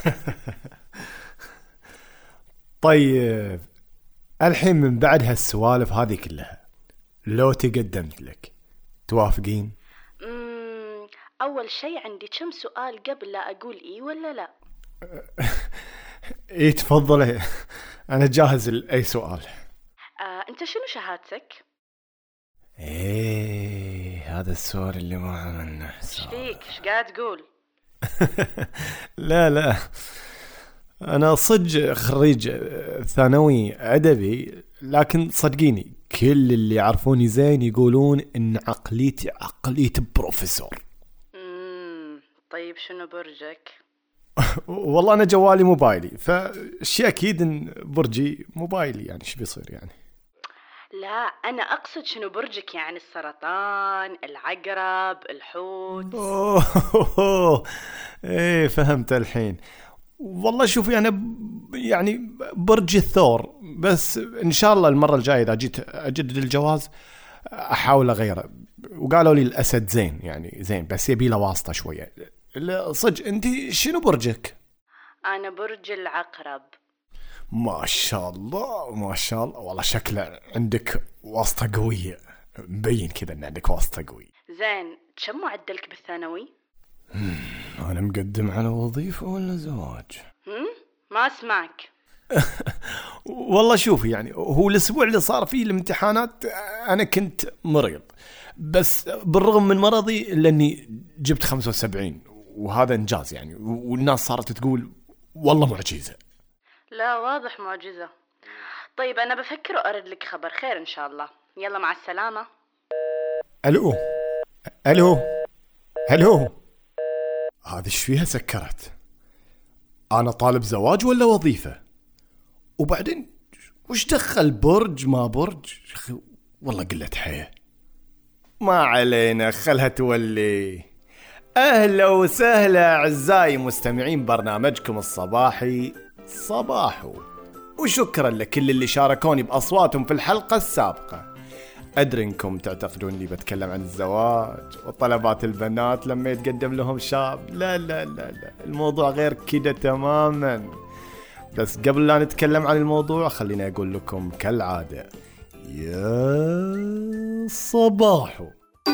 طيب الحين من بعد هالسوالف هذه كلها لو تقدمت لك توافقين؟ أول شيء عندي كم سؤال قبل لا أقول إيه ولا لا. إيه تفضلي، أنا جاهز لأي سؤال. أنت شنو شهادتك؟ إيه هذا السؤال اللي ما عملنا حساب. إيش فيك؟ إيش قاعد تقول؟ لا أنا صدق خريج ثانوي أدبي، لكن صدقيني كل اللي يعرفوني زين يقولون إن عقليتي عقلية بروفيسور. طيب شنو برجك؟ والله أنا جوالي موبايلي، فشي أكيد إن برجي موبايلي، يعني شو بيصير يعني؟ لا أنا أقصد شنو برجك، يعني السرطان، العقرب، الحوت. إيه فهمت الحين. والله شوفي أنا يعني برج الثور، بس إن شاء الله المرة الجاية إذا جيت أجدد الجواز أحاول أغيره. وقالوا لي الأسد زين، يعني زين بس يبي له واسطة شوية. صدق أنتي شنو برجك؟ أنا برج العقرب. ما شاء الله ما شاء الله، والله شكله عندك واسطة قوية، مبين كذا إن عندك واسطة قوية. زين كم معدلك بالثانوي؟ أنا مقدم على وظيفة ولا زواج؟ ما أسمعك. والله شوفي يعني هو الأسبوع اللي صار فيه الامتحانات أنا كنت مريض، بس بالرغم من مرضي لأني جبت 75، وهذا إنجاز يعني، والناس صارت تقول والله معجزة. لا واضح معجزة. طيب أنا بفكر وأرد لك خبر خير إن شاء الله. يلا مع السلامة. ألو ألو ألو، هذا ايش فيها سكرت؟ أنا طالب زواج ولا وظيفة؟ وبعدين وش دخل برج ما برج؟ والله قلة حياة. ما علينا، خلها تولي. أهلا وسهلا أعزائي مستمعين برنامجكم الصباحي صباحو، وشكرا لكل اللي شاركوني بأصواتهم في الحلقة السابقة. أدري إنكم تعتقدون أني بتكلم عن الزواج وطلبات البنات لما يتقدم لهم شاب. لا لا لا لا، الموضوع غير كده تماما. بس قبل لا نتكلم عن الموضوع خليني أقول لكم كالعادة يا صباحو.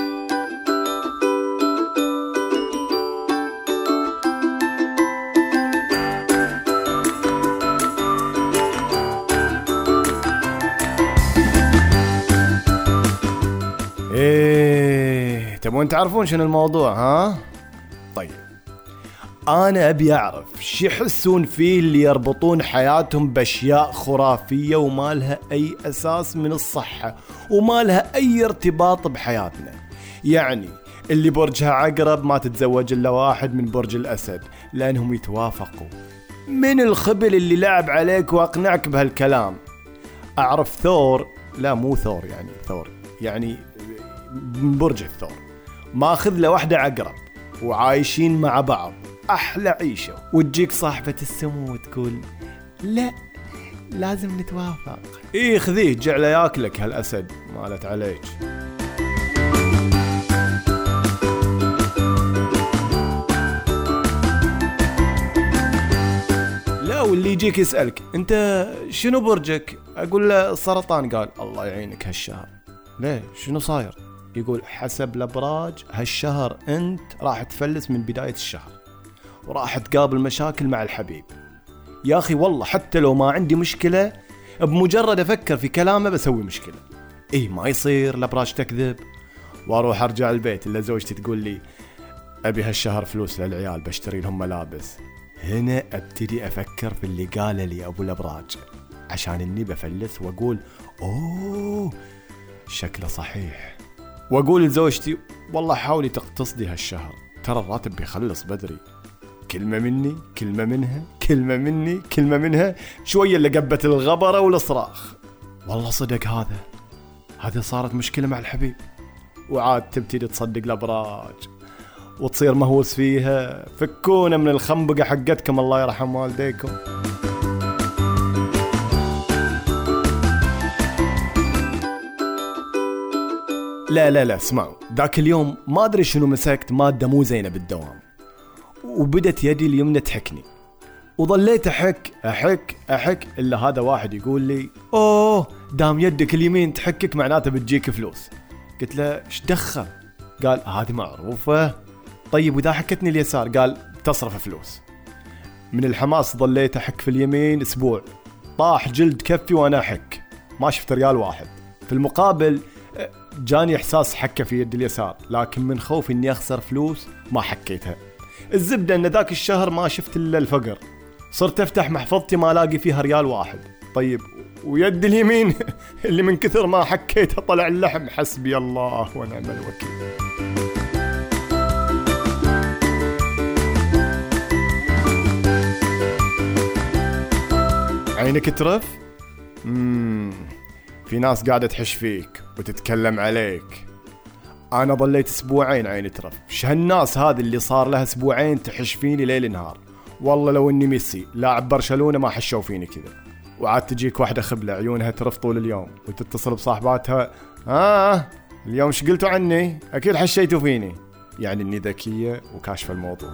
ايه تبون تعرفون شنو الموضوع ها؟ طيب انا ابي اعرف شو يحسون فيه اللي يربطون حياتهم باشياء خرافية وما لها اي اساس من الصحة وما لها اي ارتباط بحياتنا. يعني اللي برجها عقرب ما تتزوج الا واحد من برج الاسد لانهم يتوافقوا. من الخبل اللي لعب عليك واقنعك بهالكلام؟ اعرف ثور، لا مو ثور، يعني ثور يعني برج الثور، ماخذ له واحدة عقرب وعايشين مع بعض أحلى عيشة، وتجيك صاحبة السمو وتقول لا لازم نتوافق. إيه خذيه جعله ياكلك هالأسد مالت عليك. لا واللي يجيك يسألك أنت شنو برجك؟ أقول له السرطان. قال الله يعينك هالشهر. ليه شنو صاير؟ يقول حسب الأبراج هالشهر أنت راح تفلس من بداية الشهر وراح تقابل مشاكل مع الحبيب. يا أخي والله حتى لو ما عندي مشكلة بمجرد أفكر في كلامه بسوي مشكلة. إيه ما يصير الأبراج تكذب. واروح أرجع البيت إلا زوجتي تقول لي أبي هالشهر فلوس للعيال بشتري لهم ملابس. هنا أبتدي أفكر في اللي قاله لي أبو الأبراج عشان إني بفلس، وأقول أوه شكله صحيح. واقول لزوجتي والله حاولي تقتصدي هالشهر، ترى الراتب بيخلص بدري. كلمة مني كلمة منها، كلمة مني كلمة منها، شوية اللي قبت الغبرة والصراخ. والله صدق هذا صارت مشكلة مع الحبيب، وعاد تبتدي تصدق الأبراج وتصير مهووس فيها. فكونا من الخنبقة حقتكم الله يرحم والديكم. لا اسمعوا، ذاك اليوم ما أدري شنو مسكت مادة مو زينة بالدوام، وبدت يدي اليمنى تحكني. وظليت أحك إلا هذا واحد يقول لي أوه دام يدك اليمين تحكك معناته بتجيك فلوس. قلت له إيش دخل؟ قال هذه معروفة. طيب وإذا حكتني اليسار؟ قال تصرف فلوس. من الحماس ظليت أحك في اليمين أسبوع، طاح جلد كفي وأنا أحك، ما شفت ريال واحد. في المقابل جاني إحساس حكة في يد اليسار، لكن من خوف إني أخسر فلوس ما حكيتها. الزبدة إن ذاك الشهر ما شفت إلا الفقر، صرت أفتح محفظتي ما ألاقي فيها ريال واحد. طيب ويد اليمين اللي من كثر ما حكيتها طلع اللحم. حسبي الله ونعم الوكيل. عينك ترف؟ في ناس قاعدة تحش فيك وتتكلم عليك. أنا ظليت أسبوعين عيني ترف. هالناس هذه اللي صار لها أسبوعين تحش فيني ليل نهار. والله لو إني ميسي لاعب برشلونة ما حشوا فيني كذا. وعاد تجيك واحدة خبلة عيونها ترف طول اليوم وتتصل بصاحباتها اليوم شقلتوا عني أكيد حشيتوا فيني، يعني إني ذكية وكاشفة الموضوع.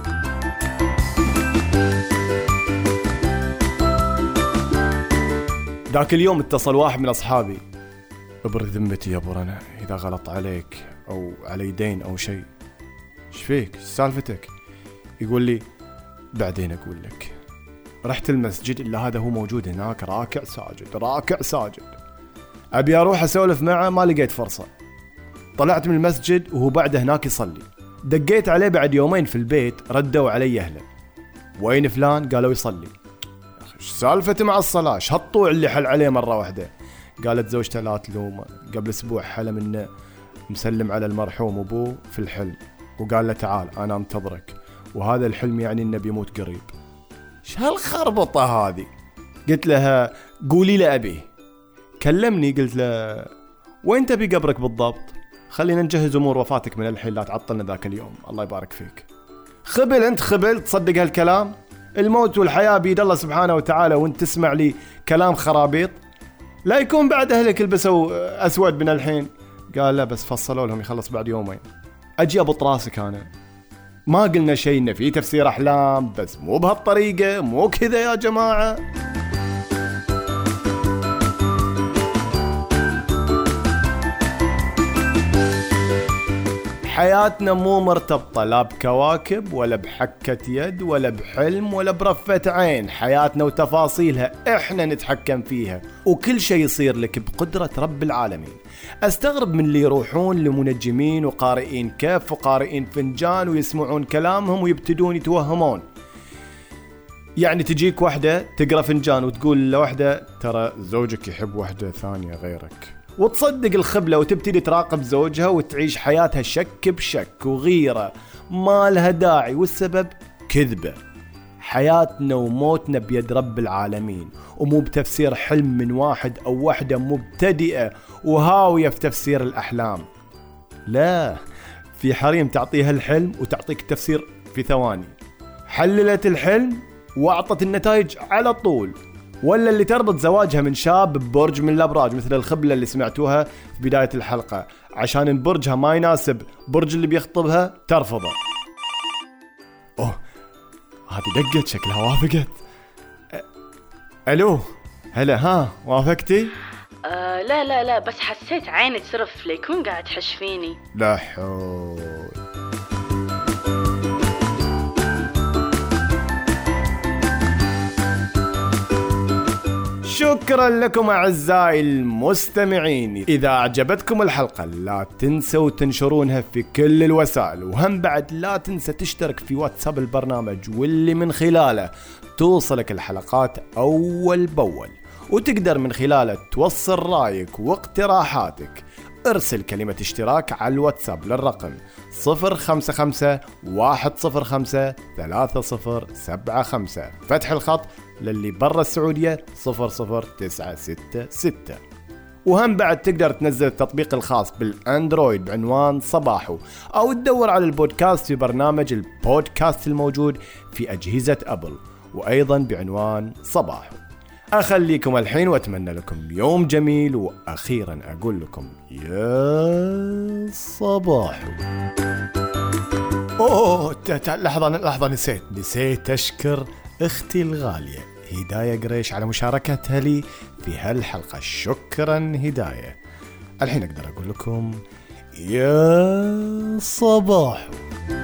ذاك اليوم اتصل واحد من أصحابي، ابرد ذمتي يا برنا إذا غلط عليك أو علي دين أو شيء. ايش فيك؟ ايش سالفتك؟ يقول لي بعدين أقول لك. رحت المسجد إلا هذا هو موجود هناك راكع ساجد. أبي أروح أسولف معه ما لقيت فرصة. طلعت من المسجد وهو بعد هناك يصلي. دقيت عليه بعد يومين في البيت، ردوا علي أهله وين فلان؟ قالوا يصلي. ايش سالفته مع الصلاة؟ ايش هالطوع اللي حل عليه مرة واحدة؟ قالت زوجته لا تلومه، قبل أسبوع حلم إنه مسلم على المرحوم أبوه في الحلم وقال له تعال أنا انتظرك، وهذا الحلم يعني إنه بيموت قريب. ايش هالخربطة هذه؟ قلت لها قولي له أبيه. كلمني قلت له وين تبي قبرك بالضبط؟ خلينا نجهز أمور وفاتك من الحين، لا تعطلنا ذاك اليوم. الله يبارك فيك. خبل أنت خبل تصدق هالكلام؟ الموت والحياة بيد الله سبحانه وتعالى وانت تسمع لي كلام خرابيط؟ لا يكون بعد أهلك لبسوا أسود من الحين. قال لا بس فصلوا لهم يخلص بعد يومين. أجي أبط راسك أنا، ما قلنا شيء إن في تفسير أحلام، بس مو بهالطريقة، مو كذا يا جماعة. حياتنا مو مرتبطة لا بكواكب ولا بحكة يد ولا بحلم ولا برفة عين. حياتنا وتفاصيلها احنا نتحكم فيها، وكل شيء يصير لك بقدرة رب العالمين. استغرب من اللي يروحون لمنجمين وقارئين كف وقارئين فنجان ويسمعون كلامهم ويبتدون يتوهمون. يعني تجيك واحدة تقرأ فنجان وتقول لوحدة ترى زوجك يحب واحدة ثانية غيرك، وتصدق الخبلة وتبتدي تراقب زوجها وتعيش حياتها شك بشك وغيرة ما لها داعي، والسبب كذبة. حياتنا وموتنا بيد رب العالمين، ومو بتفسير حلم من واحد أو واحدة مبتدئة وهاوية في تفسير الأحلام. لا، في حريم تعطيها الحلم وتعطيك التفسير في ثواني. حللت الحلم وأعطت النتائج على طول. ولا اللي تربط زواجها من شاب ببرج من الأبراج مثل الخبلة اللي سمعتوها في بداية الحلقة، عشان برجها ما يناسب برج اللي بيخطبها ترفضه. أوه هذه دقت شكلها وافقت. ألو هلا وافقتي؟ لا بس حسيت عيني ترف ليكون قاعد تحش فيني. لا حول. شكرا لكم أعزائي المستمعين. إذا أعجبتكم الحلقة لا تنسوا تنشرونها في كل الوسائل، وهم بعد لا تنسى تشترك في واتساب البرنامج واللي من خلاله توصلك الحلقات أول بأول، وتقدر من خلاله توصل رأيك واقتراحاتك. ارسل كلمة اشتراك على الواتساب للرقم 055-105-3075 فتح الخط للي برا السعودية 00966. وهم بعد تقدر تنزل التطبيق الخاص بالأندرويد بعنوان صباحو، أو تدور على البودكاست في برنامج البودكاست الموجود في أجهزة أبل وأيضا بعنوان صباحو. أخليكم الحين وأتمنى لكم يوم جميل، وأخيرا أقول لكم يا صباحو. لحظة نسيت أشكر أختي الغالية هداية قريش على مشاركتها لي في هالحلقة. شكرا هداية. الحين أقدر أقول لكم يا صباح.